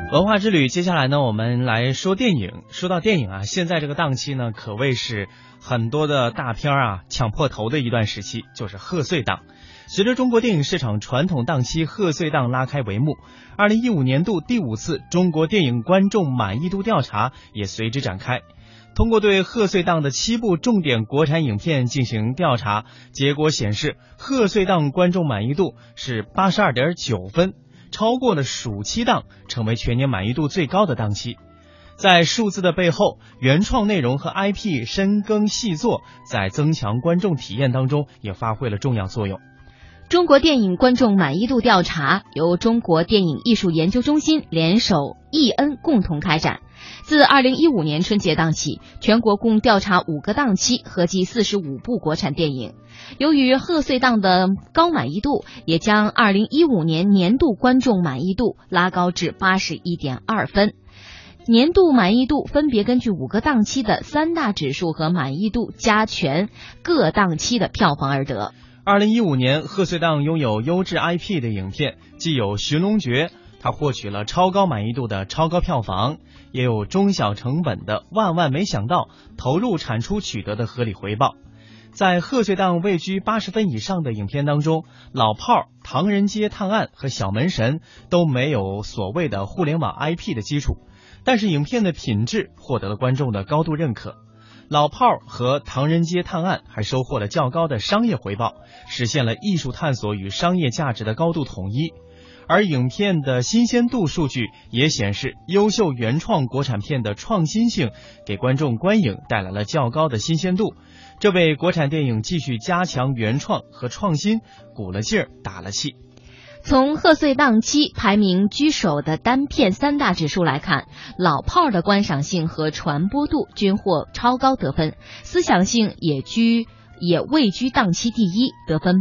文化之旅，接下来呢，我们来说电影。说到电影啊，现在这个档期呢，可谓是很多的大片啊抢破头的一段时期，就是贺岁档。随着中国电影市场传统档期贺岁档拉开帷幕，2015年度第5次中国电影观众满意度调查也随之展开。通过对贺岁档的7部重点国产影片进行调查，结果显示，贺岁档观众满意度是82.9分，超过了暑期档，成为全年满意度最高的档期。在数字的背后，原创内容和 IP 深耕细作在增强观众体验当中也发挥了重要作用。 中国电影观众满意度调查由中国电影艺术研究中心联手易恩共同开展。自2015年春节档起，全国共调查5个档期，合计45部国产电影。由于贺岁档的高满意度，也将2015年年度观众满意度拉高至81.2分。年度满意度分别根据5个档期的3大指数和满意度加权各档期的票房而得。 2015年贺岁档拥有优质 IP 的影片，既有《寻龙诀》，它获取了超高满意度的超高票房，也有中小成本的万万没想到，投入产出取得的合理回报。在贺岁档位居80分以上的影片当中，老炮儿、唐人街探案和小门神都没有所谓的互联网 IP 的基础，但是影片的品质获得了观众的高度认可。老炮儿和唐人街探案还收获了较高的商业回报，实现了艺术探索与商业价值的高度统一。而影片的新鲜度数据也显示，优秀原创国产片的创新性给观众观影带来了较高的新鲜度，这为国产电影继续加强原创和创新鼓了劲儿，打了气。 从贺岁档期排名居首的单片3大指数来看，老炮儿的观赏性和传播度均获超高得分，思想性也位居档期第一，得分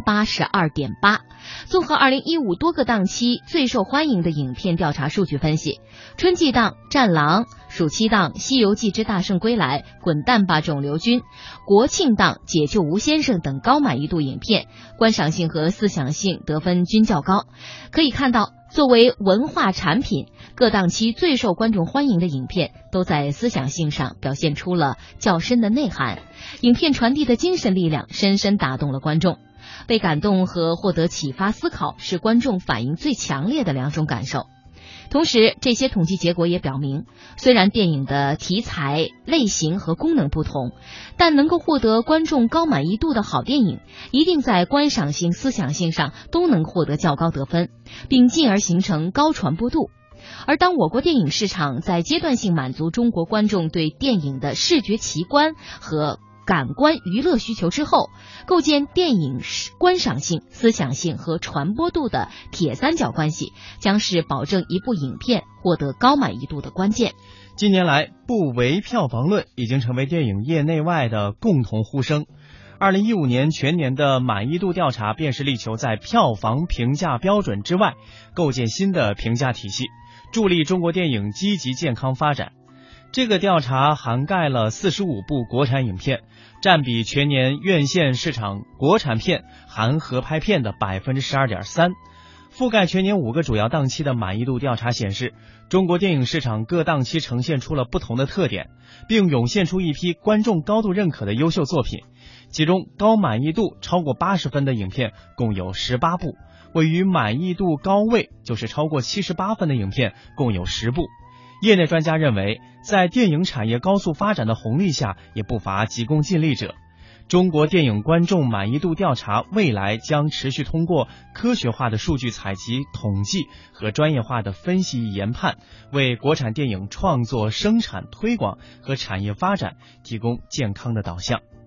82.8。综合2015多个档期最受欢迎的影片调查数据分析，春季档《战狼》，暑期档《西游记之大圣归来》、《滚蛋吧肿瘤君》，国庆档《解救吴先生》等高满意度影片，观赏性和思想性得分均较高。可以看到，作为文化产品，各档期最受观众欢迎的影片都在思想性上表现出了较深的内涵，影片传递的精神力量深深打动了观众。被感动和获得启发思考是观众反应最强烈的2种感受。同时，这些统计结果也表明，虽然电影的题材、类型和功能不同，但能够获得观众高满意度的好电影，一定在观赏性、思想性上都能获得较高得分，并进而形成高传播度。而当我国电影市场在阶段性满足中国观众对电影的视觉奇观和感官娱乐需求之后，构建电影观赏性、思想性和传播度的铁三角关系，将是保证一部影片获得高满意度的关键。 近年来，不唯票房论已经成为电影业内外的共同呼声。2015年全年的满意度调查便是力求在票房评价标准之外，构建新的评价体系，助力中国电影积极健康发展。这个调查涵盖了45部国产影片，占比全年院线市场国产片含合拍片的 12.3%。覆盖全年5个主要档期的满意度调查显示，中国电影市场各档期呈现出了不同的特点，并涌现出一批观众高度认可的优秀作品。其中高满意度超过80分的影片共有18部，位于满意度高位就是超过78分的影片共有10部。业内专家认为，在电影产业高速发展的红利下，也不乏急功近利者。中国电影观众满意度调查未来将持续通过科学化的数据采集、统计和专业化的分析研判，为国产电影创作、生产、推广和产业发展提供健康的导向。